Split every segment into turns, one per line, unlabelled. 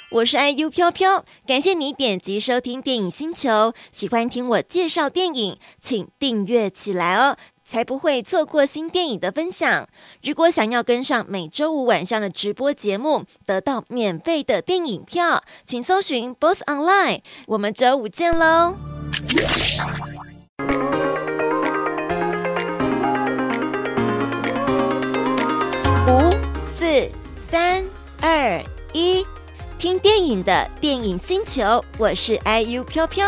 我是IU 飘飘，感谢你点击收听电影星球。喜欢听我介绍电影，请订阅起来哦，才不会错过新电影的分享。如果想要跟上每周五晚上的直播节目，得到免费的电影票，请搜寻 Boss Online。我们周五见喽！5、4、3、2、1，听电影的电影星球，我是 IU 飘飘。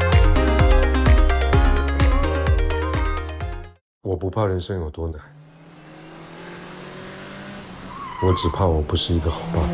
我不怕人生有多难，我只怕我不是一个好爸爸。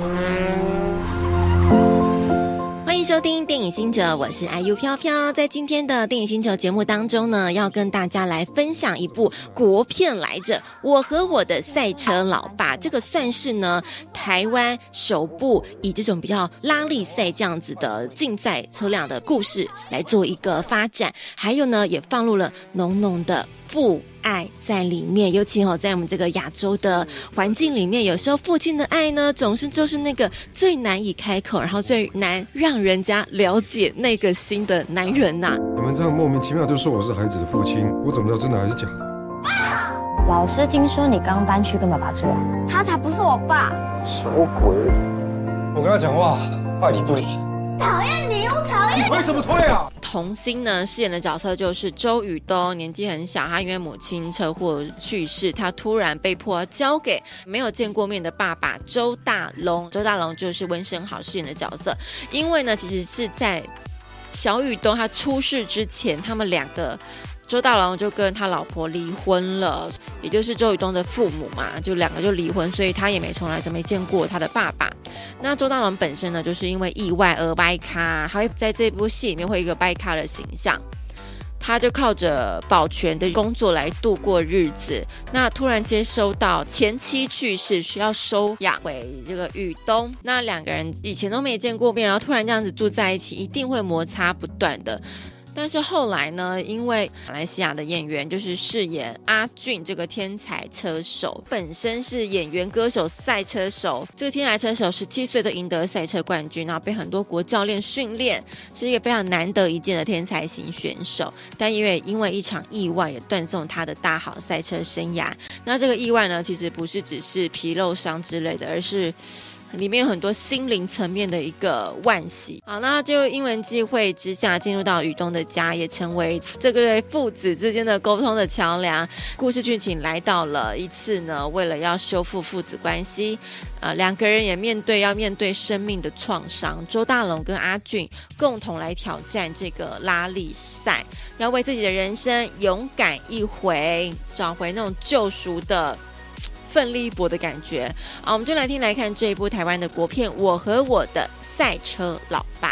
欢迎收听电影星球，我是 IU 飘飘。在今天的电影星球节目当中呢，要跟大家来分享一部国片来着，我和我的赛车老爸。这个算是呢台湾首部以这种比较拉力赛这样子的竞赛车辆的故事来做一个发展，还有呢也放入了浓浓的父爱在里面。尤其在我们这个亚洲的环境里面，有时候父亲的爱呢总是就是那个最难以开口，然后最难让人家了解那个心的男人呐。
你们这样莫名其妙就说我是孩子的父亲，我怎么知道真的还是假的？
老师听说你刚搬去跟爸爸住啊？
他才不是我爸。
什么鬼？我跟他讲话爱理不理。
讨厌你，我讨厌
你推什么推啊？
童星呢饰演的角色就是周雨东，年纪很小，他因为母亲车祸去世，他突然被迫交给没有见过面的爸爸周大龙。周大龙就是温升豪饰演的角色。因为呢其实是在小雨东他出事之前，他们两个周大龙就跟他老婆离婚了，也就是周雨东的父母嘛，就两个就离婚，所以他也从来就没见过他的爸爸。那周大龙本身呢，就是因为意外而掰咖，他会在这部戏里面会有一个掰咖的形象，他就靠着保全的工作来度过日子。那突然接收到前妻去世，需要收养回这个雨东，那两个人以前都没见过面，然后突然这样子住在一起，一定会摩擦不断的。但是后来呢，因为马来西亚的演员就是饰演阿俊这个天才车手，本身是演员、歌手、赛车手。这个天才车手17岁就赢得赛车冠军，然后被很多国教练训练，是一个非常难得一见的天才型选手。但因为一场意外，也断送他的大好赛车生涯。那这个意外呢，其实不是只是皮肉伤之类的，而是里面有很多心灵层面的一个惋惜。好，那就因缘际会之下进入到雨东的家，也成为这个父子之间的沟通的桥梁。故事剧情来到了一次呢，为了要修复父子关系，两个人也要面对生命的创伤。周大龙跟阿俊共同来挑战这个拉力赛，要为自己的人生勇敢一回，找回那种救赎的奋力一搏的感觉。好，我们就来看这一部台湾的国片《我和我的赛车老爸》。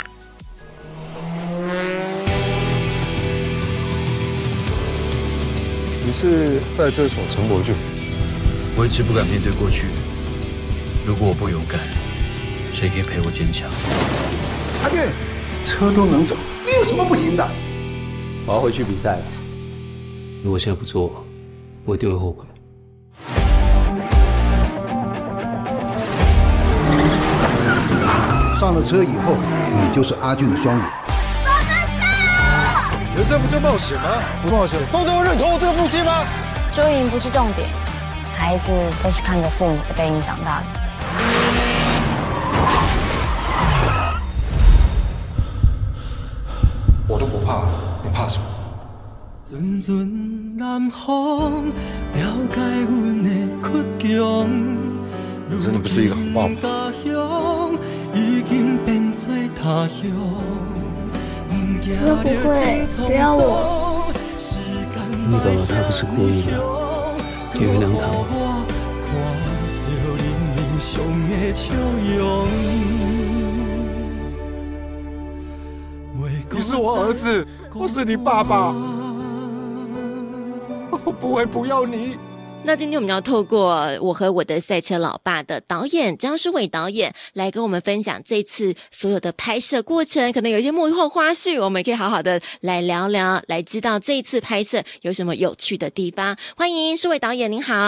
你是赛车手陈柏俊，
我一直不敢面对过去。如果我不勇敢，谁可以陪我坚强？
阿俊，车都能走，你有什么不行的？
我要回去比赛了。如果现在不做，我一定会后悔。
上了车以后，你就是阿俊的双眼。
人生不就冒险吗？不冒险，都能认同我这个父亲吗？
输赢不是重点，孩子都是看着父母的背影长大的。
我都不怕，你怕什么？
阵阵南风了解阮的倔强，
我真的不是一个好爸爸。
已经变做他乡。
会不会不要我？
你爸爸他不是故意的，就原谅他。
你是我儿子，我是你爸爸，我不会不要你。
那今天我们要透过我和我的赛车老爸的导演张书伟导演来跟我们分享这次所有的拍摄过程，可能有一些幕后花絮，我们也可以好好的来聊聊，来知道这一次拍摄有什么有趣的地方。欢迎书伟导演，您好。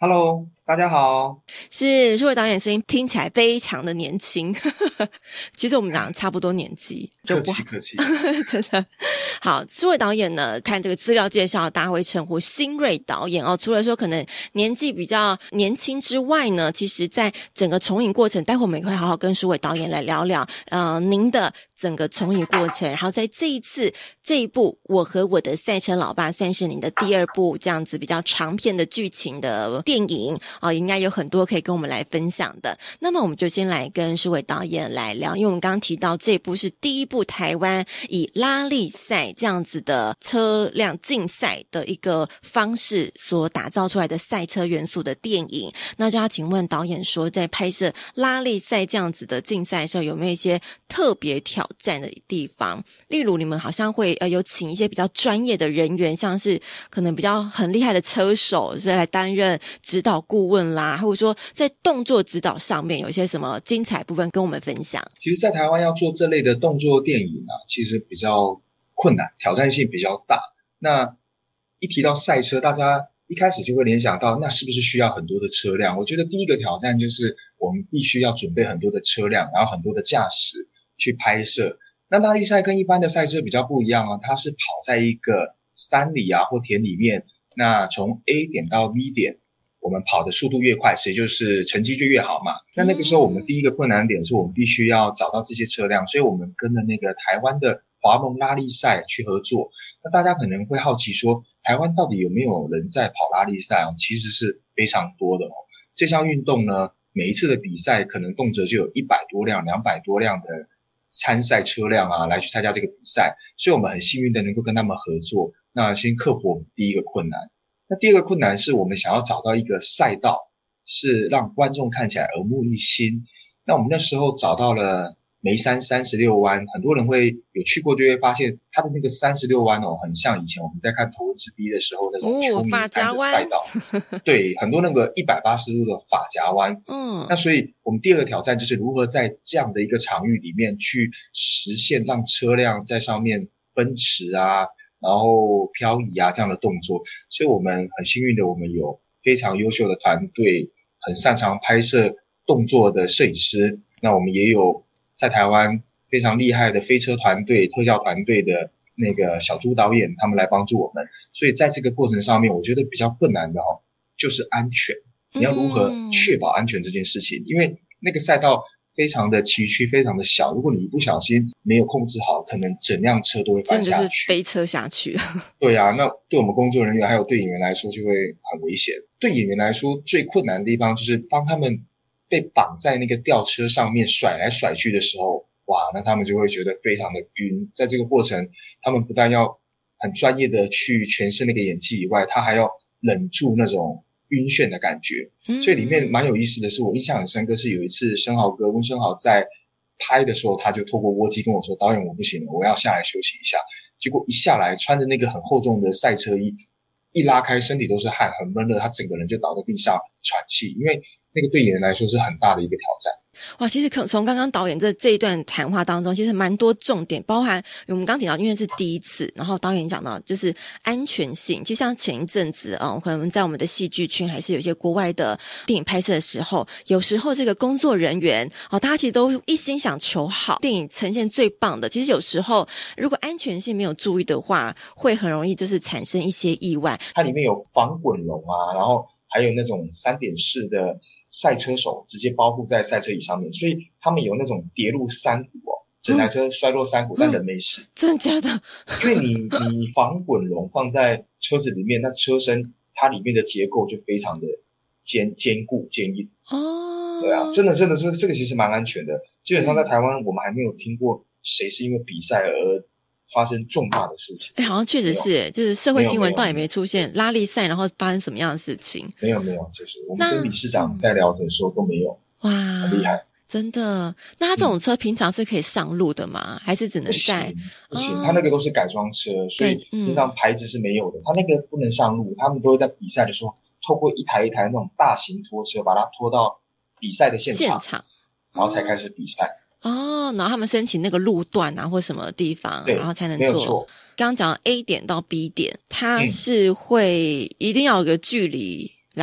Hello，大家好。
是这位导演声音听起来非常的年轻其实我们俩差不多年纪，就不好
客气
真的好。这位导演呢，看这个资料介绍大家会称呼新锐导演哦。除了说可能年纪比较年轻之外呢，其实在整个重影过程，待会我们也会好好跟书伟导演来聊聊您的整个重影过程，然后在这一部我和我的赛车老爸算是您的第二部这样子比较长片的剧情的电影应该有很多可以跟我们来分享的。那么我们就先来跟书伟导演来聊，因为我们刚刚提到这部是第一部台湾以拉力赛这样子的车辆竞赛的一个方式所打造出来的赛车元素的电影。那就要请问导演说，在拍摄拉力赛这样子的竞赛的时候，有没有一些特别挑战的地方？例如你们好像会有请一些比较专业的人员，像是可能比较很厉害的车手是来担任指导顾问啦，或者说在动作指导上面有一些什么精彩部分跟我们分享。
其实在台湾要做这类的动作电影其实比较困难，挑战性比较大。那一提到赛车，大家一开始就会联想到那是不是需要很多的车辆。我觉得第一个挑战就是我们必须要准备很多的车辆，然后很多的驾驶去拍摄。那拉力赛跟一般的赛车比较不一样它是跑在一个山里或田里面，那从 A 点到 B 点，我们跑的速度越快，谁就是成绩就越好嘛。那个时候我们第一个困难点是我们必须要找到这些车辆，所以我们跟了那个台湾的华盟拉力赛去合作。那大家可能会好奇说，台湾到底有没有人在跑拉力赛其实是非常多的这项运动呢，每一次的比赛可能动辄就有100多辆、200多辆的参赛车辆来去参加这个比赛，所以我们很幸运的能够跟他们合作。那先克服我们第一个困难。那第二个困难是我们想要找到一个赛道是让观众看起来耳目一新。那我们那时候找到了梅山36弯，很多人会有去过就会发现它的那个36弯很像以前我们在看头文字 D 的时候那种秋名山的赛道对，很多那个180度的发夹弯那所以我们第二个挑战就是如何在这样的一个场域里面去实现让车辆在上面奔驰然后漂移这样的动作。所以我们很幸运的，我们有非常优秀的团队，很擅长拍摄动作的摄影师。那我们也有在台湾非常厉害的飞车团队、特效团队的那个小朱导演，他们来帮助我们。所以在这个过程上面，我觉得比较困难的就是安全。你要如何确保安全这件事情？因为那个赛道非常的崎岖，非常的小，如果你不小心没有控制好，可能整辆车都会翻下去，
真的是飞车下去
对那对我们工作人员还有对演员来说就会很危险。对演员来说最困难的地方就是当他们被绑在那个吊车上面甩来甩去的时候，那他们就会觉得非常的晕。在这个过程他们不但要很专业的去诠释那个演技以外，他还要忍住那种晕眩的感觉。所以里面蛮有意思的是，我印象很深刻是有一次生豪哥温升豪在拍的时候，他就透过蜗机跟我说，导演我不行了，我要下来休息一下。结果一下来穿着那个很厚重的赛车衣，一拉开身体都是汗，很闷热，他整个人就倒在地上喘气，因为那个对演员来说是很大的一个挑战。
其实从刚刚导演这一段谈话当中，其实蛮多重点，包含我们刚提到因为是第一次，然后导演讲到就是安全性。就像前一阵子可能在我们的戏剧圈还是有一些国外的电影拍摄的时候，有时候这个工作人员大家其实都一心想求好，电影呈现最棒的，其实有时候如果安全性没有注意的话，会很容易就是产生一些意外。
它里面有防滚笼然后还有那种3点式的赛车手直接包覆在赛车椅上面，所以他们有那种跌入山谷整台车摔落山谷但人没事。真的假的？因为你防滚笼放在车子里面，那车身它里面的结构就非常的坚固坚硬对真的是这个其实蛮安全的。基本上在台湾我们还没有听过谁是因为比赛而发生重大的事情。好像确实是就是社会新闻倒也没出现拉力赛然后发生什么样的事情。没有就是我们跟理事长在聊的时候都没有。很厉害真的。那他这种车平常是可以上路的吗？还是只能在不行他那个都是改装车，所以平常牌子是没有的，他那个不能上路。他们都会在比赛的时候透过一台一台那种大型拖车把它拖到比赛的现场然后才开始比赛。然后他们申请那个路段或什么地方，然后才能做。刚刚讲 A 点到 B 点，它是会一定要有个距离来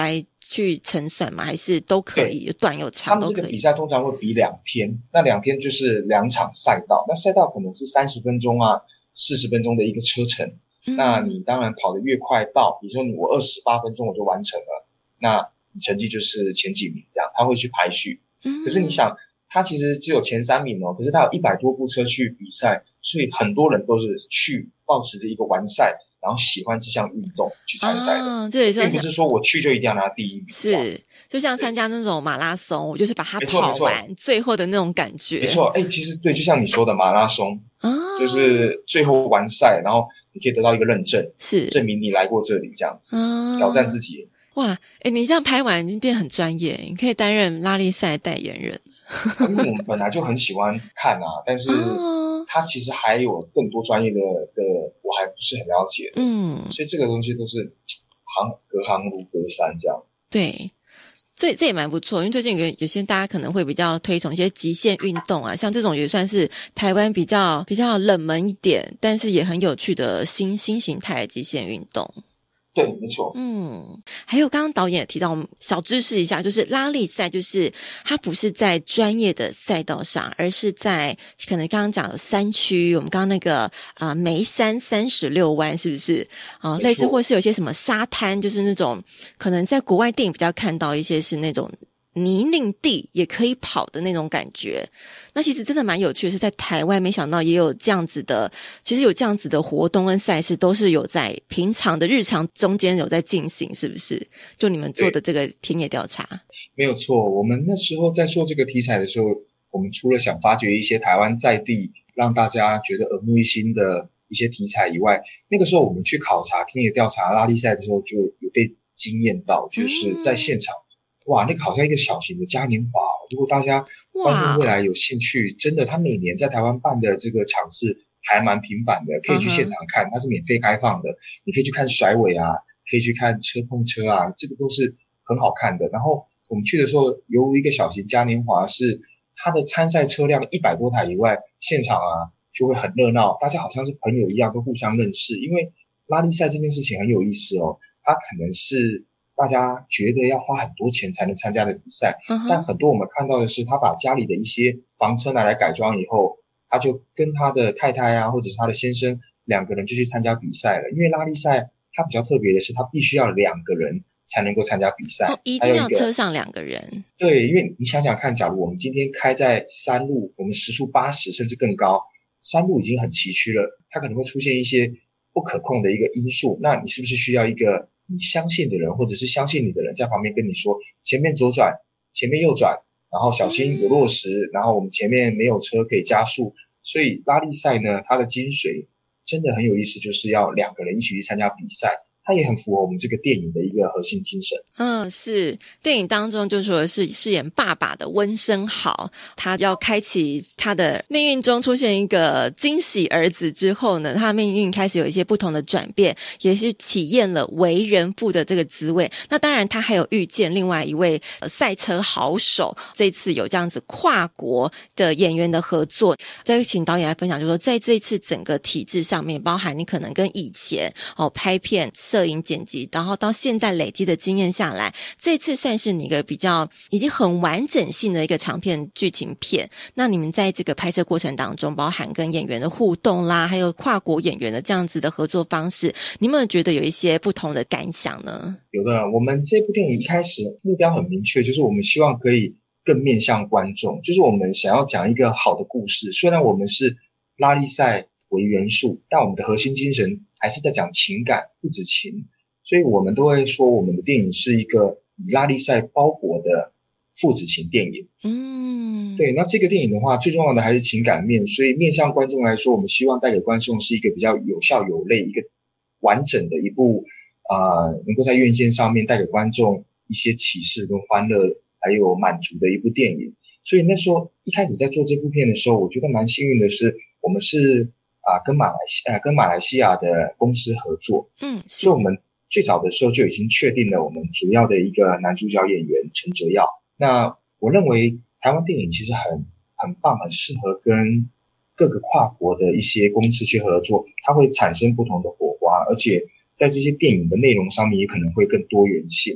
去乘算吗？还是都可以，有短有长都可以？
他们这个比赛通常会比2天，那2天就是2场赛道，那赛道可能是30分钟啊、40分钟的一个车程。那你当然跑得越快到，比如说我28分钟我就完成了，那你成绩就是前几名这样，他会去排序。可是你想，他其实只有前3名哦，可是他有100多部车去比赛，所以很多人都是去抱持着一个完赛，然后喜欢这项运动去参赛的。
这也像
并不是说我去就一定要拿第1名。
是，就像参加那种马拉松，我就是把它跑完最后的那种感觉。
没错，其实对，就像你说的马拉松，就是最后完赛，然后你可以得到一个认证，是证明你来过这里这样子，挑战自己。
哇，你这样拍完已经变很专业，你可以担任拉力赛代言人。
因为我们本来就很喜欢看啊，但是它其实还有更多专业的我还不是很了解的，所以这个东西都是隔行如隔山这样。
对。这也蛮不错，因为最近有些大家可能会比较推崇一些极限运动啊，像这种也算是台湾比较冷门一点，但是也很有趣的新形态的极限运动。
对，没错。
还有刚刚导演也提到，我们小知识一下，就是拉力赛，就是它不是在专业的赛道上，而是在可能刚刚讲的山区，我们刚刚那个眉山36弯，是不是类似，或是有些什么沙滩，就是那种可能在国外电影比较看到一些是那种泥泞地也可以跑的那种感觉。那其实真的蛮有趣的，是在台湾没想到也有这样子的，其实有这样子的活动跟赛事都是有在平常的日常中间有在进行，是不是？就你们做的这个田野调查。
没有错，我们那时候在做这个题材的时候，我们除了想发掘一些台湾在地让大家觉得耳目一新的一些题材以外，那个时候我们去考察田野调查拉力赛的时候就有被惊艳到，就是在现场哇，那个好像一个小型的嘉年华。如果大家观众未来有兴趣，真的，他每年在台湾办的这个场次还蛮频繁的，可以去现场看，它是免费开放的。你可以去看甩尾啊，可以去看车碰车啊，这个都是很好看的。然后我们去的时候，有一个小型嘉年华，是它的参赛车辆100多台以外，现场啊就会很热闹，大家好像是朋友一样，都互相认识。因为拉力赛这件事情很有意思哦，它可能是大家觉得要花很多钱才能参加的比赛，但很多我们看到的是，他把家里的一些房车拿来改装以后，他就跟他的太太啊，或者是他的先生2个人就去参加比赛了。因为拉力赛它比较特别的是，它必须要2个人才能够参加比赛，
一定要车上2个人。
对，因为你想想看，假如我们今天开在山路，我们时速80甚至更高，山路已经很崎岖了，它可能会出现一些不可控的一个因素，那你是不是需要一个你相信的人，或者是相信你的人在旁边跟你说，前面左转，前面右转，然后小心有落石，然后我们前面没有车可以加速。所以拉力赛呢，它的精髓真的很有意思，就是要2个人一起去参加比赛，它也很符合我们这个电影的一个核心精神。
是电影当中就说是饰演爸爸的温升豪，他要开启他的命运中出现一个惊喜儿子之后呢，他的命运开始有一些不同的转变，也是体验了为人父的这个滋味。那当然他还有遇见另外一位赛车好手，这次有这样子跨国的演员的合作。再请导演来分享，就是说在这一次整个体制上面，包含你可能跟以前拍片摄影剪辑，然后到现在累积的经验下来，这次算是你一个比较已经很完整性的一个长片剧情片。那你们在这个拍摄过程当中，包含跟演员的互动啦，还有跨国演员的这样子的合作方式，你有没有觉得有一些不同的感想呢？
有的，我们这部电影一开始目标很明确，就是我们希望可以更面向观众，就是我们想要讲一个好的故事。虽然我们是拉力赛为元素，但我们的核心精神还是在讲情感、父子情，所以我们都会说我们的电影是一个以拉力赛包裹的父子情电影。对，那这个电影的话，最重要的还是情感面，所以面向观众来说，我们希望带给观众是一个比较有效有类、一个完整的一部能够在院线上面带给观众一些启示跟欢乐还有满足的一部电影。所以那时候一开始在做这部片的时候，我觉得蛮幸运的是，我们是跟马来西亚的公司合作，所以我们最早的时候就已经确定了我们主要的一个男主角演员陈哲耀。那我认为台湾电影其实很棒，很适合跟各个跨国的一些公司去合作，它会产生不同的火花，而且在这些电影的内容上面也可能会更多元性。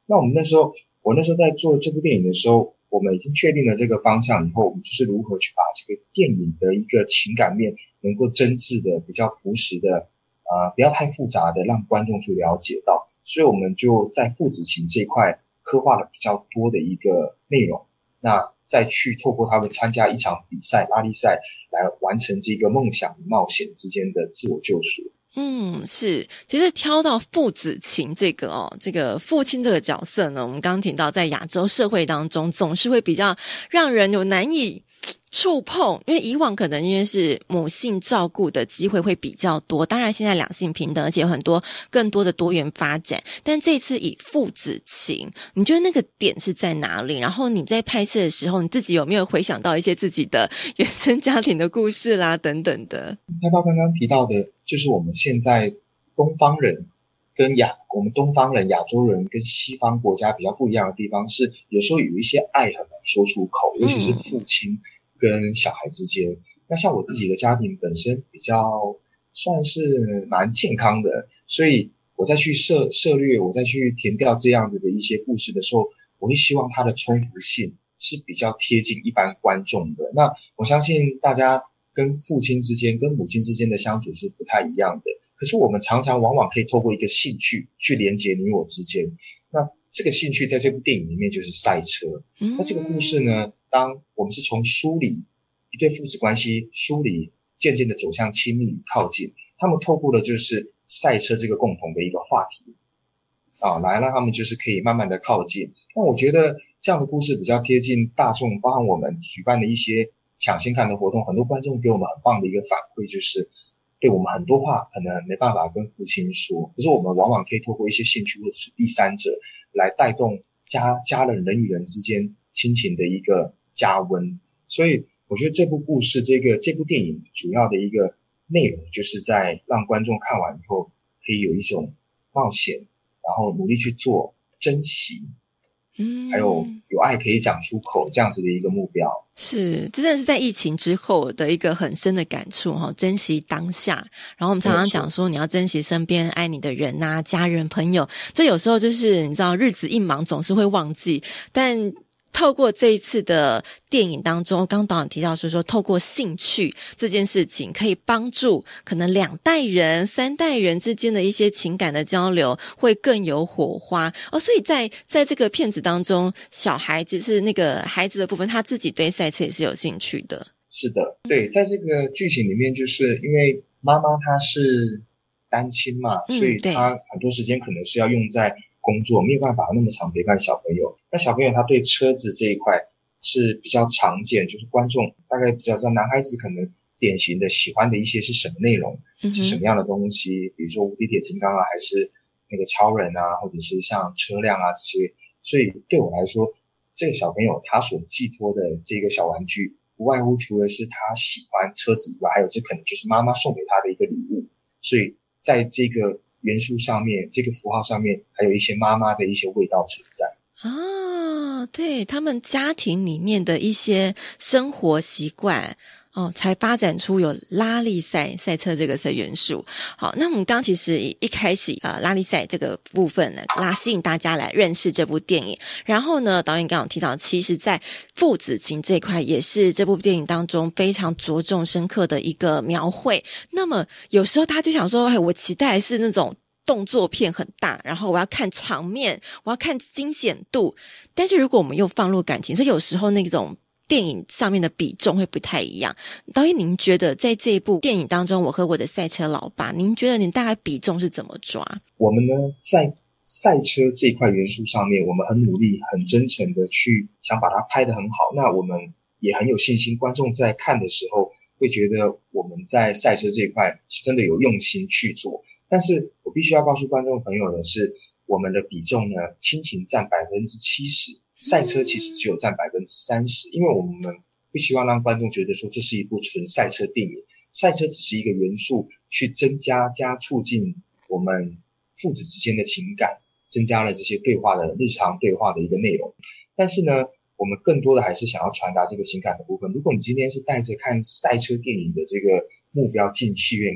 那我那时候在做这部电影的时候，我们已经确定了这个方向以后，我们就是如何去把这个电影的一个情感面能够真挚的、比较朴实的不要太复杂的让观众去了解到，所以我们就在父子情这一块刻画了比较多的一个内容，那再去透过他们参加一场比赛拉力赛来完成这个梦想与冒险之间的自我救赎。
是，其实挑到父子情这个这个父亲这个角色呢，我们刚刚提到在亚洲社会当中总是会比较让人有难以触碰，因为以往可能因为是母性照顾的机会会比较多，当然现在两性平等，而且有很多更多的多元发展，但这次以父子情，你觉得那个点是在哪里？然后你在拍摄的时候，你自己有没有回想到一些自己的原生家庭的故事啦等等的？
太爸刚刚提到的就是我们现在东方人跟我们东方人亚洲人跟西方国家比较不一样的地方是，有时候有一些爱很难说出口，尤其是父亲跟小孩之间。那像我自己的家庭本身比较算是蛮健康的，所以我再去涉略，我再去填掉这样子的一些故事的时候，我会希望它的冲突性是比较贴近一般观众的。那我相信大家跟父亲之间跟母亲之间的相处是不太一样的，可是我们常常往往可以透过一个兴趣去连结你我之间。那这个兴趣在这部电影里面就是赛车。那这个故事呢，当我们是从梳理一对父子关系，梳理渐渐的走向亲密与靠近，他们透过的就是赛车这个共同的一个话题来让他们就是可以慢慢的靠近。那我觉得这样的故事比较贴近大众，包含我们举办的一些抢先看的活动，很多观众给我们很棒的一个反馈，就是对我们很多话可能没办法跟父亲说，可是我们往往可以透过一些兴趣或者是第三者来带动家人人与人之间亲情的一个加温。所以我觉得这部故事这部电影主要的一个内容就是在让观众看完以后可以有一种冒险，然后努力去做，珍惜还有爱可以讲出口这样子的一个目标。
是，这真的是在疫情之后的一个很深的感触珍惜当下。然后我们常常讲说，你要珍惜身边爱你的人啊，家人朋友，这有时候就是你知道日子一忙总是会忘记，但透过这一次的电影当中，刚导演提到说透过兴趣这件事情可以帮助可能2代人3代人之间的一些情感的交流会更有火花所以在这个片子当中，小孩子是那个孩子的部分，他自己对赛车也是有兴趣的。
是的，对，在这个剧情里面，就是因为妈妈她是单亲嘛，所以她很多时间可能是要用在工作，没有办法那么常陪伴小朋友。那小朋友他对车子这一块是比较常见，就是观众大概比较知道男孩子可能典型的喜欢的一些是什么内容，是什么样的东西，比如说无敌铁金刚啊，还是那个超人啊，或者是像车辆啊这些。所以对我来说，这个小朋友他所寄托的这个小玩具，不外乎除了是他喜欢车子以外，还有这可能就是妈妈送给他的一个礼物。所以在这个元素上面，这个符号上面还有一些妈妈的一些味道存在
对，他们家庭里面的一些生活习惯才发展出有拉力赛车这个元素。好，那我们刚其实一开始拉力赛这个部分呢，吸引大家来认识这部电影。然后呢，导演刚刚提到，其实在父子情这一块也是这部电影当中非常着重深刻的一个描绘。那么有时候他就想说，我期待是那种动作片很大，然后我要看场面，我要看惊险度。但是如果我们又放入感情，所以有时候那种电影上面的比重会不太一样。导演，您觉得在这一部电影当中，我和我的赛车老爸，您觉得您大概比重是怎么抓？
我们呢，在赛车这块元素上面，我们很努力很真诚的去想把它拍得很好。那我们也很有信心，观众在看的时候会觉得我们在赛车这一块是真的有用心去做。但是我必须要告诉观众朋友的是，我们的比重呢，亲情占 70%， 赛车其实只有占 30%， 因为我们不希望让观众觉得说这是一部纯赛车电影，赛车只是一个元素，去增加促进我们父子之间的情感，增加了这些对话的日常对话的一个内容。但是呢，我们更多的还是想要传达这个情感的部分。如果你今天是带着看赛车电影的这个目标进戏院看，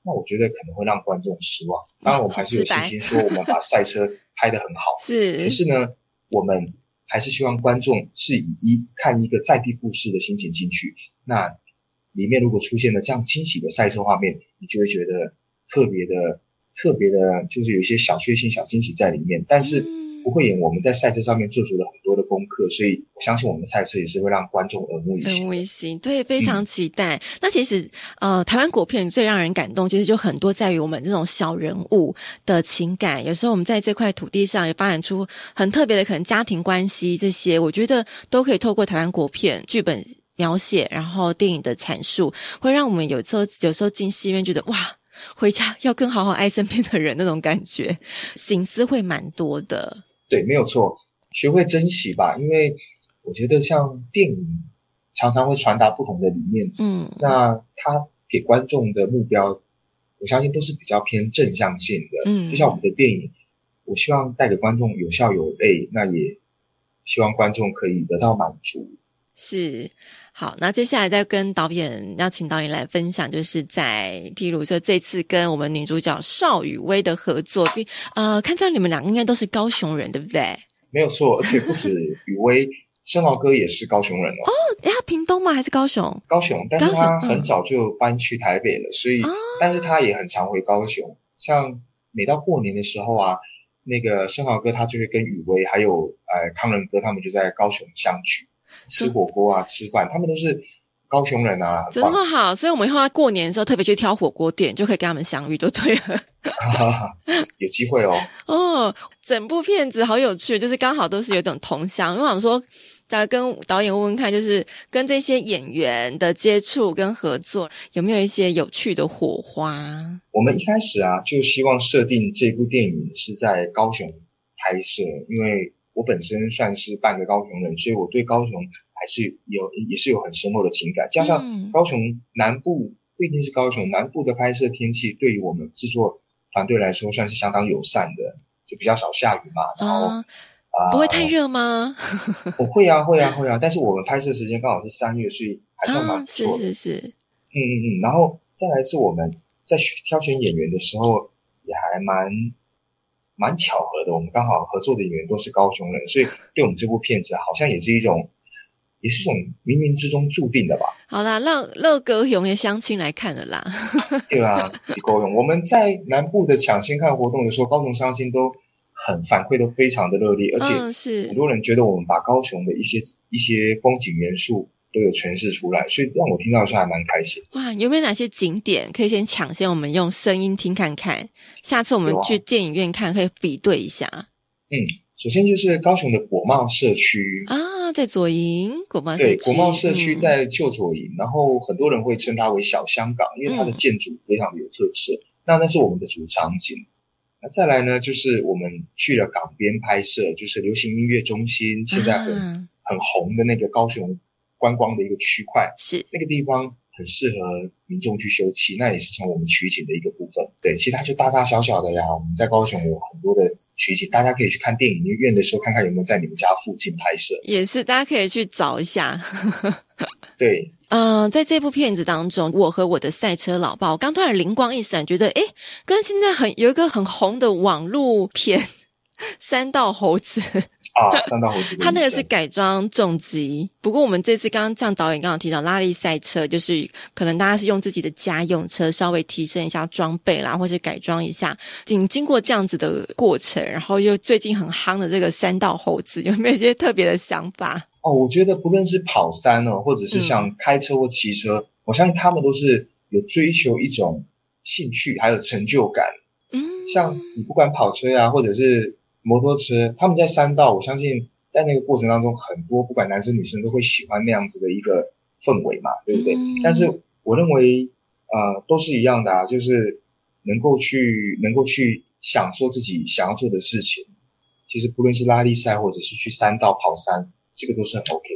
那我觉得可能会让观众失望。当然我们还是有信心说我们把赛车拍得很好，可是呢我们还是希望观众是看一个在地故事的心情进去，那里面如果出现了这样惊喜的赛车画面，你就会觉得特别的就是有一些小确幸小惊喜在里面，但是不会演我们在赛车上面做出了很多的功课，所以我相信我们的赛车也是会让观众耳目一新。
对，非常期待。那其实台湾国片最让人感动，其实就很多在于我们这种小人物的情感。有时候我们在这块土地上也发展出很特别的可能家庭关系，这些我觉得都可以透过台湾国片剧本描写，然后电影的阐述，会让我们有时候进戏院觉得哇，回家要更好好爱身边的人那种感觉，省思会蛮多的。
对，没有错，学会珍惜吧，因为我觉得像电影常常会传达不同的理念，那它给观众的目标，我相信都是比较偏正向性的，就像我们的电影，我希望带给观众有笑有泪，那也希望观众可以得到满足。
是。好，那接下来再跟邀请导演来分享，就是在譬如说这次跟我们女主角邵雨薇的合作，看到你们两个应该都是高雄人，对不对？
没有错，而且不止雨薇，生豪哥也是高雄人哦。
他屏东吗？还是高雄？
高雄，但是他很早就搬去台北了，所以，但是他也很常回高雄。像每到过年的时候啊，那个生豪哥他就会跟雨薇还有康仁哥他们就在高雄相聚。吃火锅啊，吃饭，他们都是高雄人啊，
真的吗？好，所以我们以后要过年的时候特别去挑火锅店，就可以跟他们相遇，就对了。
有机会哦。
整部片子好有趣，就是刚好都是有一种同乡。因为我想说，跟导演问问看，就是跟这些演员的接触跟合作，有没有一些有趣的火花？
我们一开始啊，就希望设定这部电影是在高雄拍摄，因为我本身算是半个高雄人，所以我对高雄也是有很深厚的情感。加上高雄南部不一定是高雄南部的拍摄天气，对于我们制作团队来说算是相当友善的，就比较少下雨嘛。然后
不会太热吗？
会啊，但是我们拍摄时间刚好是3月，所以还算蛮不错的。
是。
然后再来是我们在挑选演员的时候也还蛮巧合的，我们刚好合作的演员都是高雄人，所以对我们这部片子好像也是一种冥冥之中注定的吧。
好啦，让乐高雄的乡亲来看了啦。
对啊，高雄，我们在南部的抢先看活动的时候，高雄乡亲都反馈都非常的热烈，而且很多人觉得我们把高雄的一些风景元素都有诠释出来，所以让我听到的时候还蛮开心。
哇，有没有哪些景点可以先抢先我们用声音听看看，下次我们去电影院看可以比对一下。
首先就是高雄的国贸社区
在左营国贸社区。
对，国贸社区在旧左营，然后很多人会称它为小香港，因为它的建筑非常的有特色。那是我们的主场景。那再来呢，就是我们去了港边拍摄，就是流行音乐中心现在很红的那个高雄观光的一个区块，
是那
个地方很适合民众去休憩，那也是从我们取景的一个部分。对，其他就大大小小的呀，我们在高雄有很多的取景，大家可以去看电影院的时候看看有没有在你们家附近拍摄，
也是大家可以去找一下。
对，
在这部片子当中，我和我的赛车老爸，我刚突然灵光一闪，觉得跟现在有一个很红的网络片山道猴子
山道猴子，
他那个是改装重机，不过我们这次刚刚像导演刚刚提到拉力赛车，就是可能大家是用自己的家用车稍微提升一下装备啦，或是改装一下。经过这样子的过程，然后又最近很夯的这个山道猴子，有没有一些特别的想法？
我觉得不论是跑山或者是像开车或骑车，我相信他们都是有追求一种兴趣还有成就感。像你不管跑车呀，或者是摩托车，他们在山道，我相信在那个过程当中，很多不管男生女生都会喜欢那样子的一个氛围嘛，对不对？但是我认为都是一样的啊，就是能够去享受自己想要做的事情。其实不论是拉力赛或者是去山道跑山，这个都是很 OK 的。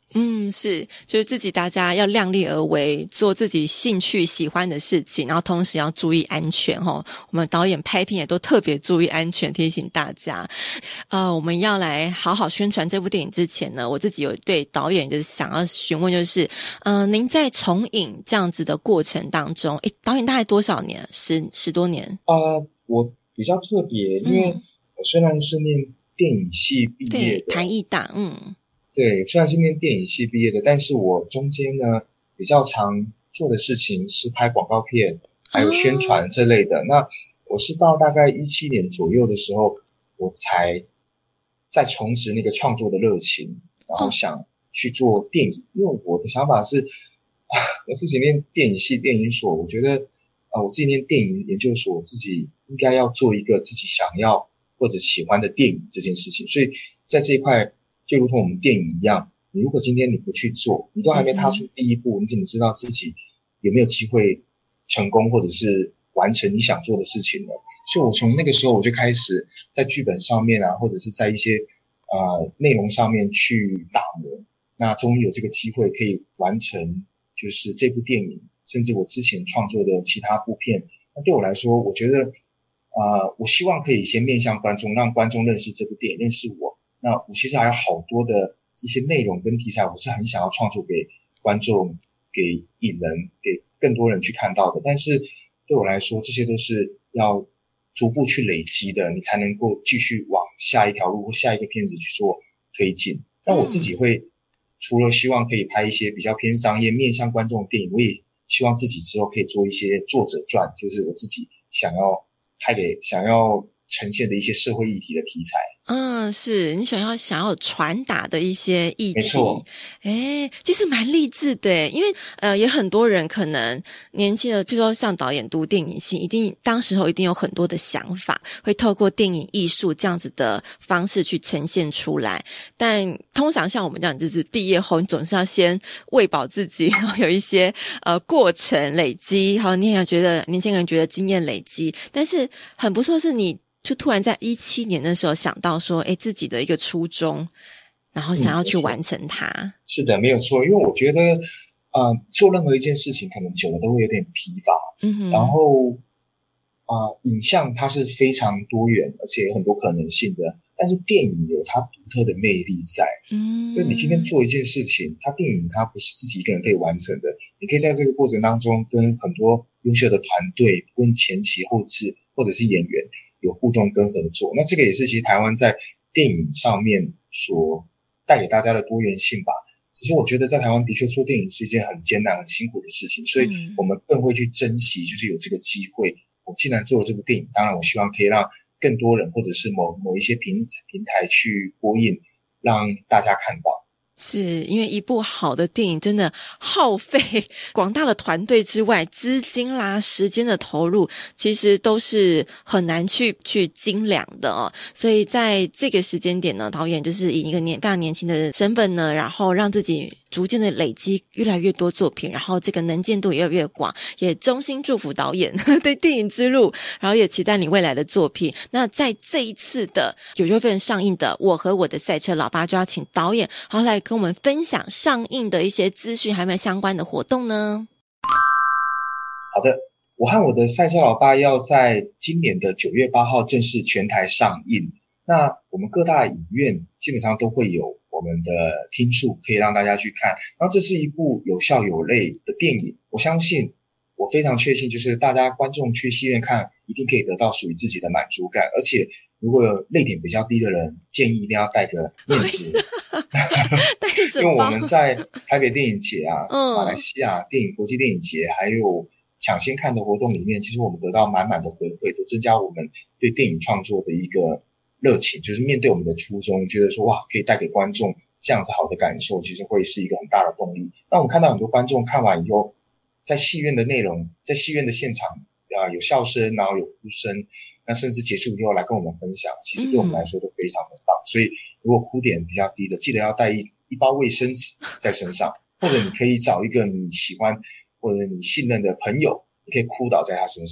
是，就是自己大家要量力而为，做自己兴趣喜欢的事情，然后同时要注意安全齁。我们导演拍片也都特别注意安全，提醒大家。我们要来好好宣传这部电影之前呢，我自己有对导演就是想要询问，就是您在重影这样子的过程当中，导演大概多少年？十多年？
我比较特别，因为我虽然是念电影系毕业的，
对，台艺大，
对，虽然是念电影系毕业的，但是我中间呢比较常做的事情是拍广告片，还有宣传这类的。那我是到大概17年左右的时候，我才再重拾那个创作的热情，然后想去做电影。因为我的想法是，我自己念电影系电影所，我觉得我自己念电影研究所，我自己应该要做一个自己想要或者喜欢的电影这件事情。所以在这一块，就如同我们电影一样，你如果今天你不去做，你都还没踏出第一步，你怎么知道自己有没有机会成功或者是完成你想做的事情呢？所以我从那个时候我就开始在剧本上面啊，或者是在一些内容上面去打磨。那终于有这个机会可以完成就是这部电影，甚至我之前创作的其他部片。那对我来说，我觉得我希望可以先面向观众，让观众认识这部电影，认识我。那我其实还有好多的一些内容跟题材，我是很想要创作给观众、给影人、给更多人去看到的。但是对我来说，这些都是要逐步去累积的，你才能够继续往下一条路或下一个片子去做推进。那我自己会除了希望可以拍一些比较偏商业、面向观众的电影，我也希望自己之后可以做一些作者传，就是我自己想要呈现的一些社会议题的题材。
是你想要传达的一些议题，
没错。
其实蛮励志的，因为也很多人可能年轻的，比如说像导演读电影系，当时候一定有很多的想法，会透过电影艺术这样子的方式去呈现出来。但通常像我们这样，就是毕业后，你总是要先喂饱自己，然后有一些过程累积，好，你也觉得年轻人觉得经验累积，但是很不错是你就突然在17年的时候想到说，自己的一个初衷，然后想要去完成它。
是的，没有错。因为我觉得做任何一件事情可能久了都会有点疲乏。然后影像它是非常多元而且有很多可能性的，但是电影有它独特的魅力在。就你今天做一件事情，电影它不是自己一个人可以完成的，你可以在这个过程当中跟很多优秀的团队，不论前期后制或者是演员有互动跟合作。那这个也是其实台湾在电影上面所带给大家的多元性吧。只是我觉得在台湾的确做电影是一件很艰难很辛苦的事情，所以我们更会去珍惜就是有这个机会。我既然做了这部电影，当然我希望可以让更多人或者是某一些平台去播映，让大家看到。
是因为一部好的电影真的耗费广大的团队之外，资金啦、时间的投入，其实都是很难去精良的哦。所以在这个时间点呢，导演就是以一个非常年轻的身份呢，然后让自己逐渐的累积越来越多作品，然后这个能见度也越来越广，也衷心祝福导演对电影之路，然后也期待你未来的作品。那在这一次的9月份上映的《我和我的赛车老爸》，就要请导演好来跟我们分享上映的一些资讯，还有没有相关的活动呢？
好的，我和我的赛车老爸要在今年的9月8号正式全台上映。那我们各大影院基本上都会有我们的厅数可以让大家去看。然后这是一部有笑有泪的电影，我相信我非常确信就是大家观众去戏院看一定可以得到属于自己的满足感。而且如果有泪点比较低的人，建议一定要带个面纸因为我们在台北电影节啊、马来西亚国际电影节还有抢先看的活动里面，其实我们得到满满的回馈，都增加我们对电影创作的一个热情，就是面对我们的初衷，觉得说哇，可以带给观众这样子好的感受，其实会是一个很大的动力。那我们看到很多观众看完以后，在戏院的内容，在戏院的现场有笑声，然后有哭声，那甚至结束以后来跟我们分享，其实对我们来说都非常的棒。所以如果哭点比较低的，记得要带一包卫生纸在身上，或者你可以找一个你喜欢或者你信任的朋友，你可以哭倒在他身上。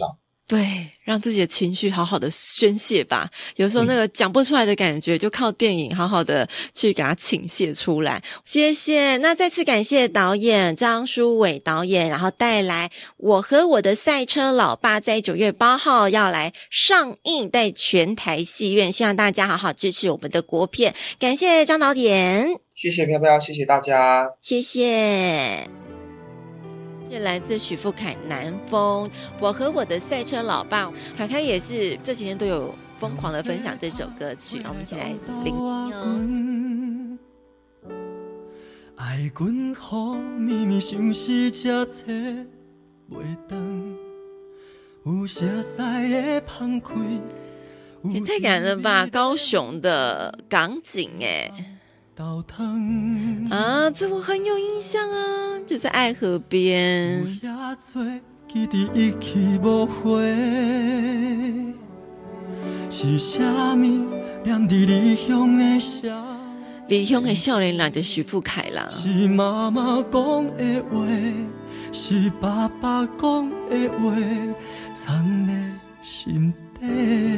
对，让自己的情绪好好的宣泄吧。有时候那个讲不出来的感觉，就靠电影好好的去给它倾泻出来。谢谢，那再次感谢导演张书伟导演，然后带来《我和我的赛车老爸》在9月8号要来上映，在全台戏院，希望大家好好支持我们的国片。感谢张导演，
谢谢飘飘，谢谢大家，
谢谢。是来自许富凯南风，我和我的赛车老爸，凯凯也是这几天都有疯狂的分享这首歌曲，我们一起来聆听哦。
爱阮好绵绵相思才找袂长，有熟悉的放开。
也太感人了吧！高雄的港景哎。啊，这我很有印象啊，就在爱河边。
是啥物念伫离乡的笑？
离乡的少年人就许富凯啦。
是妈妈讲的话，是爸爸讲的话，藏在心底。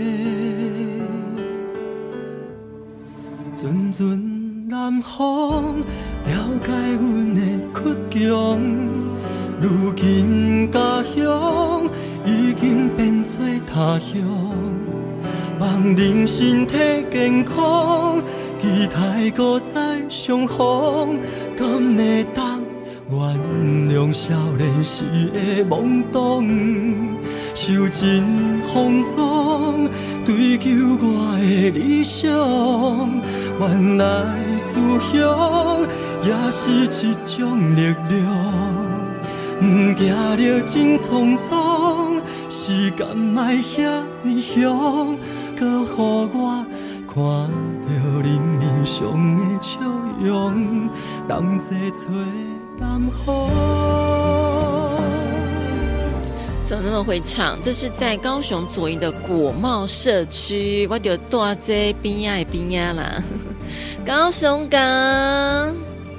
阵阵南风了解阮的倔强，如今家乡已经变做他乡。望您身体健康，期待搁再相逢，敢会当原谅少年时的懵懂，受尽风霜，追求我的理想。原来思乡也是一种力量，不行着真沧桑，时间莫遐尼长，搁予我看到人面上的笑容，同齐找南方。
怎么那么会唱？这是在高雄左营的果贸社区，我就住在边仔的边仔啦。高雄港，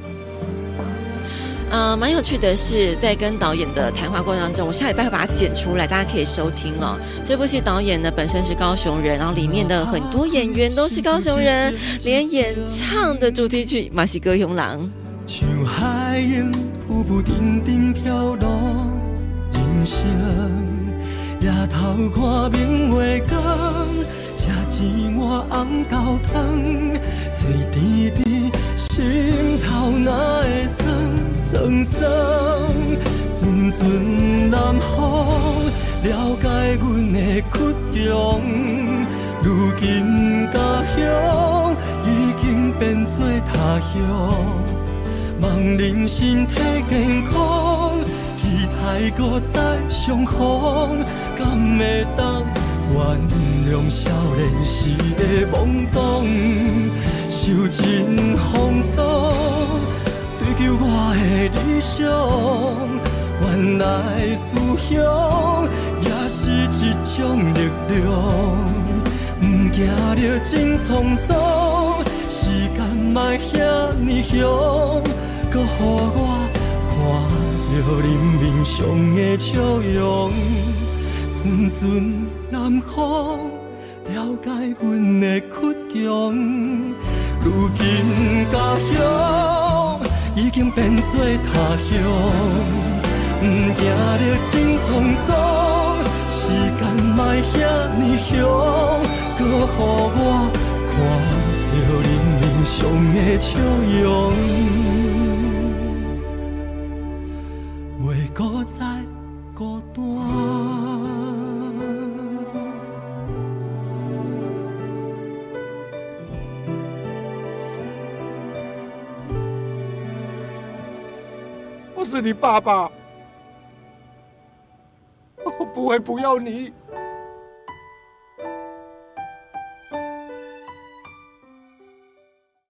蛮有趣的是，在跟导演的谈话过程当中，我下礼拜会把它剪出来，大家可以收听哦。这部戏导演呢本身是高雄人，然后里面的很多演员都是高雄人，连演唱的主题曲嘛是高雄人。
像海涌浮浮沉沉飘落。人生夜头看明月光，吃一碗红豆汤，嘴甜甜，心头哪会酸酸酸？阵阵南风了解阮的倔强，如今家乡已经变做他乡，望您身体健康。期待搁再相逢，敢会当原谅少年时的懵懂，受尽风霜，追求我的理想。原来思乡也是一种力量，不行着真沧桑，时间莫遐尼长，搁予我看。着人面上的笑容，阵阵南风了解阮的倔强，如今家乡已经变做他乡，不行着真沧桑，时间莫遐尼长，搁予我看着人面上的笑容。搁再孤单，
我是你爸爸，我不会不要你。